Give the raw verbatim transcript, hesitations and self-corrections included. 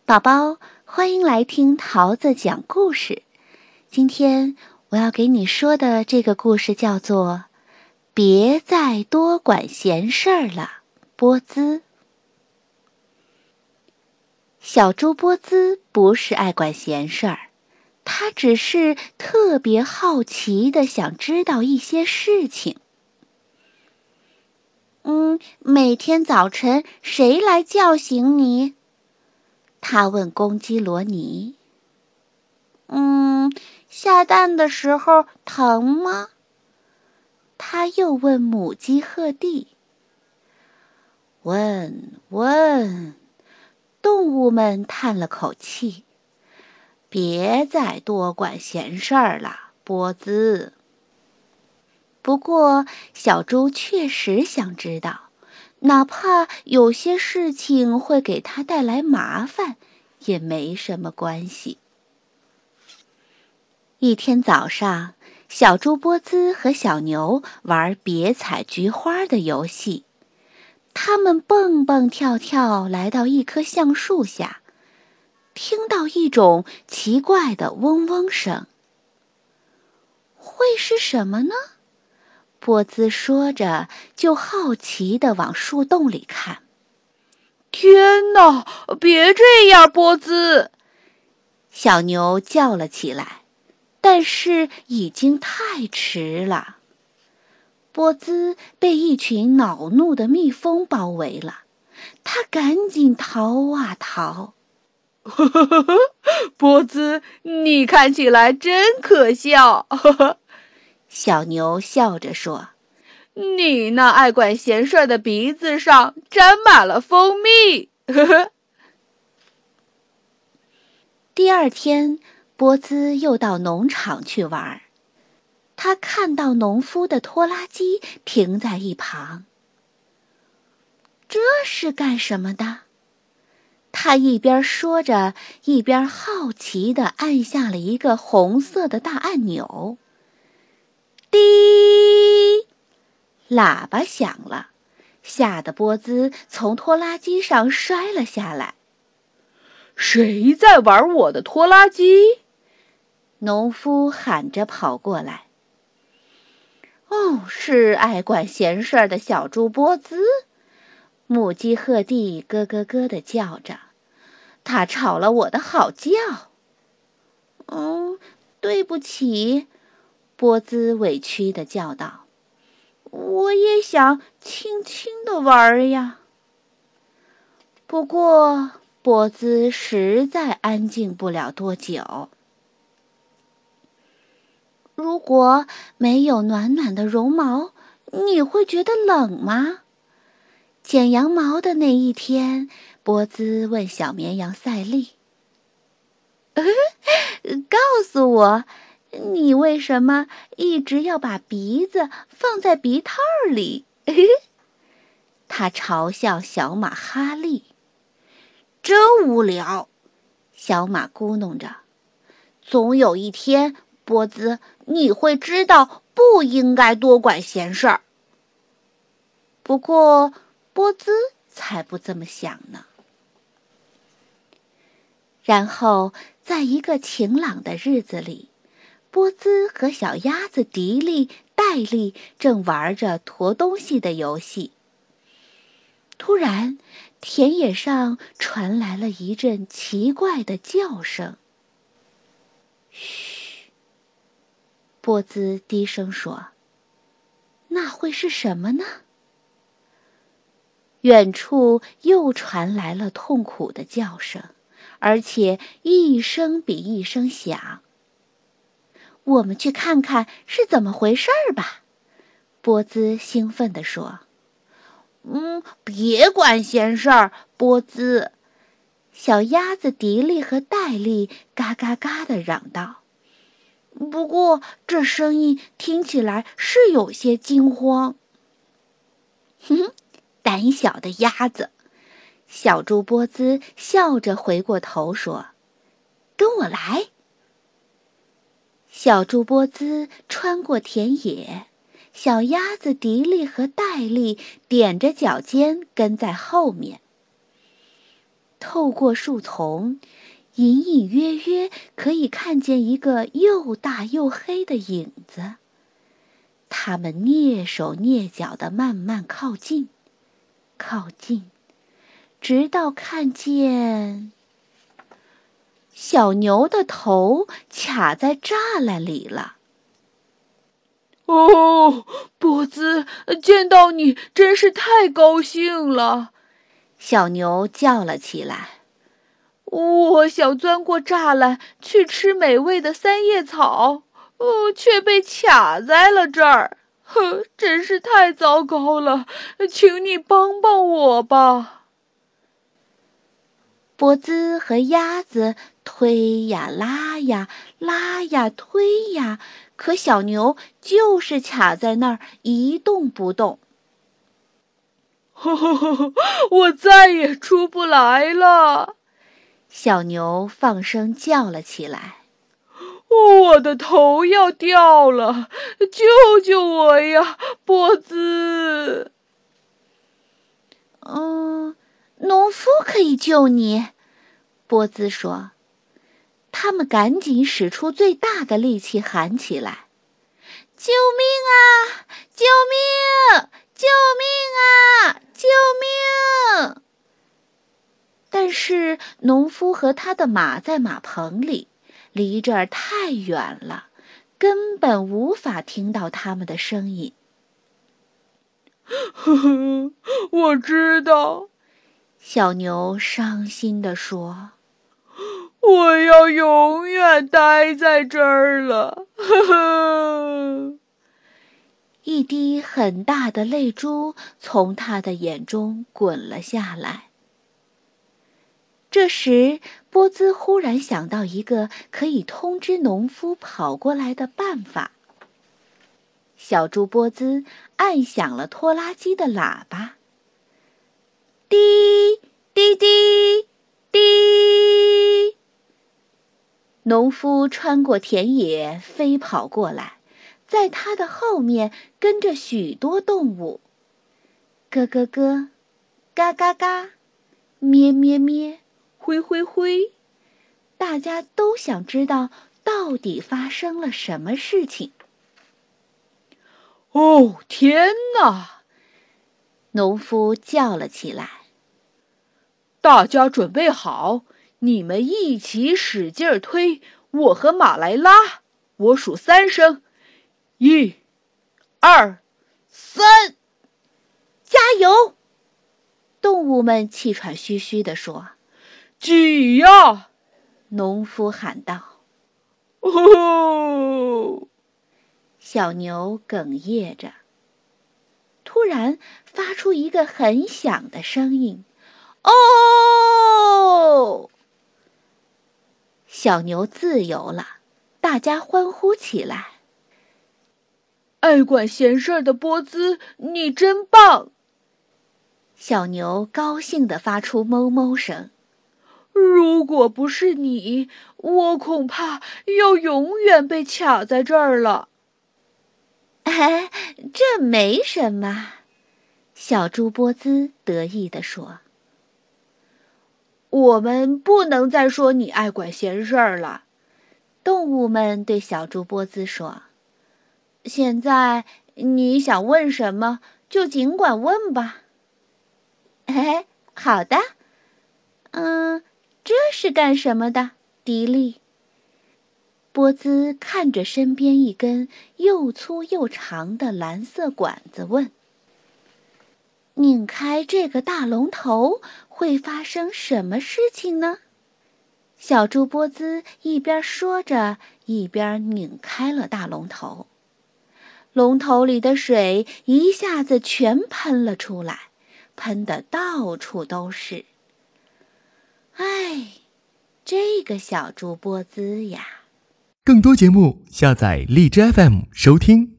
宝宝，欢迎来听桃子讲故事。今天我要给你说的这个故事叫做别再多管闲事儿了，波兹。小猪波兹不是爱管闲事儿，他只是特别好奇地想知道一些事情。嗯，每天早晨谁来叫醒你？他问公鸡罗尼。嗯，下蛋的时候疼吗？他又问母鸡鹤蒂。问问，动物们叹了口气，别再多管闲事儿了，波兹。不过，小猪确实想知道，哪怕有些事情会给他带来麻烦，也没什么关系。一天早上，小猪波兹和小牛玩别采菊花的游戏。他们蹦蹦跳跳来到一棵橡树下，听到一种奇怪的嗡嗡声。会是什么呢？波兹说着，就好奇地往树洞里看。 天哪，别这样，波兹！ 小牛叫了起来，但是已经太迟了。波兹被一群恼怒的蜜蜂包围了，他赶紧逃啊逃。 呵呵呵呵，波兹，你看起来真可笑。呵呵， 小牛笑着说：“ 你那爱管闲事的鼻子上沾满了蜂蜜。”呵呵。 第二天，波兹又到农场去玩。他看到农夫的拖拉机停在一旁。这是干什么的？他一边说着，一边好奇地按下了一个红色的大按钮。滴！喇叭响了，吓得波兹从拖拉机上摔了下来。 谁在玩我的拖拉机？ 农夫喊着跑过来。哦，是爱管闲事儿的小猪波兹。母鸡鹤蒂咯咯咯地叫着，它吵了我的好觉。嗯，对不起，波兹委屈地叫道。我也想轻轻地玩呀。不过，波兹实在安静不了多久。如果没有暖暖的绒毛，你会觉得冷吗？剪羊毛的那一天，波兹问小绵羊赛利：“告诉我，你为什么一直要把鼻子放在鼻套里？”他嘲笑小马哈利：“真无聊。”小马咕哝着：“总有一天，波兹，你会知道不应该多管闲事儿。”不过，波兹才不这么想呢。然后，在一个晴朗的日子里，波兹和小鸭子迪利、戴利正玩着驮东西的游戏。突然，田野上传来了一阵奇怪的叫声。嘘，波兹低声说：“那会是什么呢？”远处又传来了痛苦的叫声，而且一声比一声响。我们去看看是怎么回事儿吧，波兹兴奋地说。嗯，别管闲事儿，波兹。小鸭子迪利和戴利嘎嘎嘎地嚷道。不过这声音听起来是有些惊慌。哼哼，胆小的鸭子。小猪波兹笑着回过头说：“跟我来。”小猪波兹穿过田野，小鸭子迪利和戴利踮着脚尖跟在后面。 透过树丛，隐隐约约可以看见一个又大又黑的影子。它们蹑手蹑脚地慢慢靠近，靠近，直到看见小牛的头卡在栅栏里了。 哦，波兹，见到你真是太高兴了！ 小牛叫了起来。 我想钻过栅栏去吃美味的三叶草，哦，却被卡在了这儿。呵，真是太糟糕了，请你帮帮我吧。 波兹和鸭子推呀拉呀，拉呀推呀，可小牛就是卡在那儿一动不动。 呵呵呵，我再也出不来了！ 小牛放声叫了起来。 我的头要掉了，救救我呀，波兹！ 嗯，农夫可以救你，波兹说。他们赶紧使出最大的力气喊起来：“救命啊！救命！救命啊！救命！”但是农夫和他的马在马棚里，离这儿太远了，根本无法听到他们的声音。 呵呵，我知道， 小牛伤心地说。 我要永远待在这儿了。呵呵， 一滴很大的泪珠从他的眼中滚了下来。这时，波兹忽然想到一个可以通知农夫跑过来的办法。小猪波兹按响了拖拉机的喇叭，滴滴滴滴。农夫穿过田野飞跑过来，在他的后面跟着许多动物，咯咯咯，嘎嘎嘎，咩咩咩，灰灰灰。大家都想知道到底发生了什么事情。 哦，天哪！ 农夫叫了起来。 大家准备好，你们一起使劲儿推，我和马来拉。我数三声，一、二、三， 加油！动物们气喘吁吁地说。 挤呀！ 农夫喊道。 哦！ 小牛哽咽着，突然发出一个很响的声音。哦！小牛自由了，大家欢呼起来。 爱管闲事儿的波兹，你真棒！ 小牛高兴地发出哞哞声。 如果不是你，我恐怕要永远被卡在这儿了。 哎，这没什么，小猪波兹得意地说。 我们不能再说你爱管闲事儿了， 动物们对小猪波兹说。现在你想问什么，就尽管问吧。哎，好的。嗯，这是干什么的，迪利？波兹看着身边一根又粗又长的蓝色管子问。拧开这个大龙头会发生什么事情呢？小猪波兹一边说着，一边拧开了大龙头。龙头里的水一下子全喷了出来，喷得到处都是。哎，这个小猪波兹呀！ 更多节目下载荔枝 F M 收听。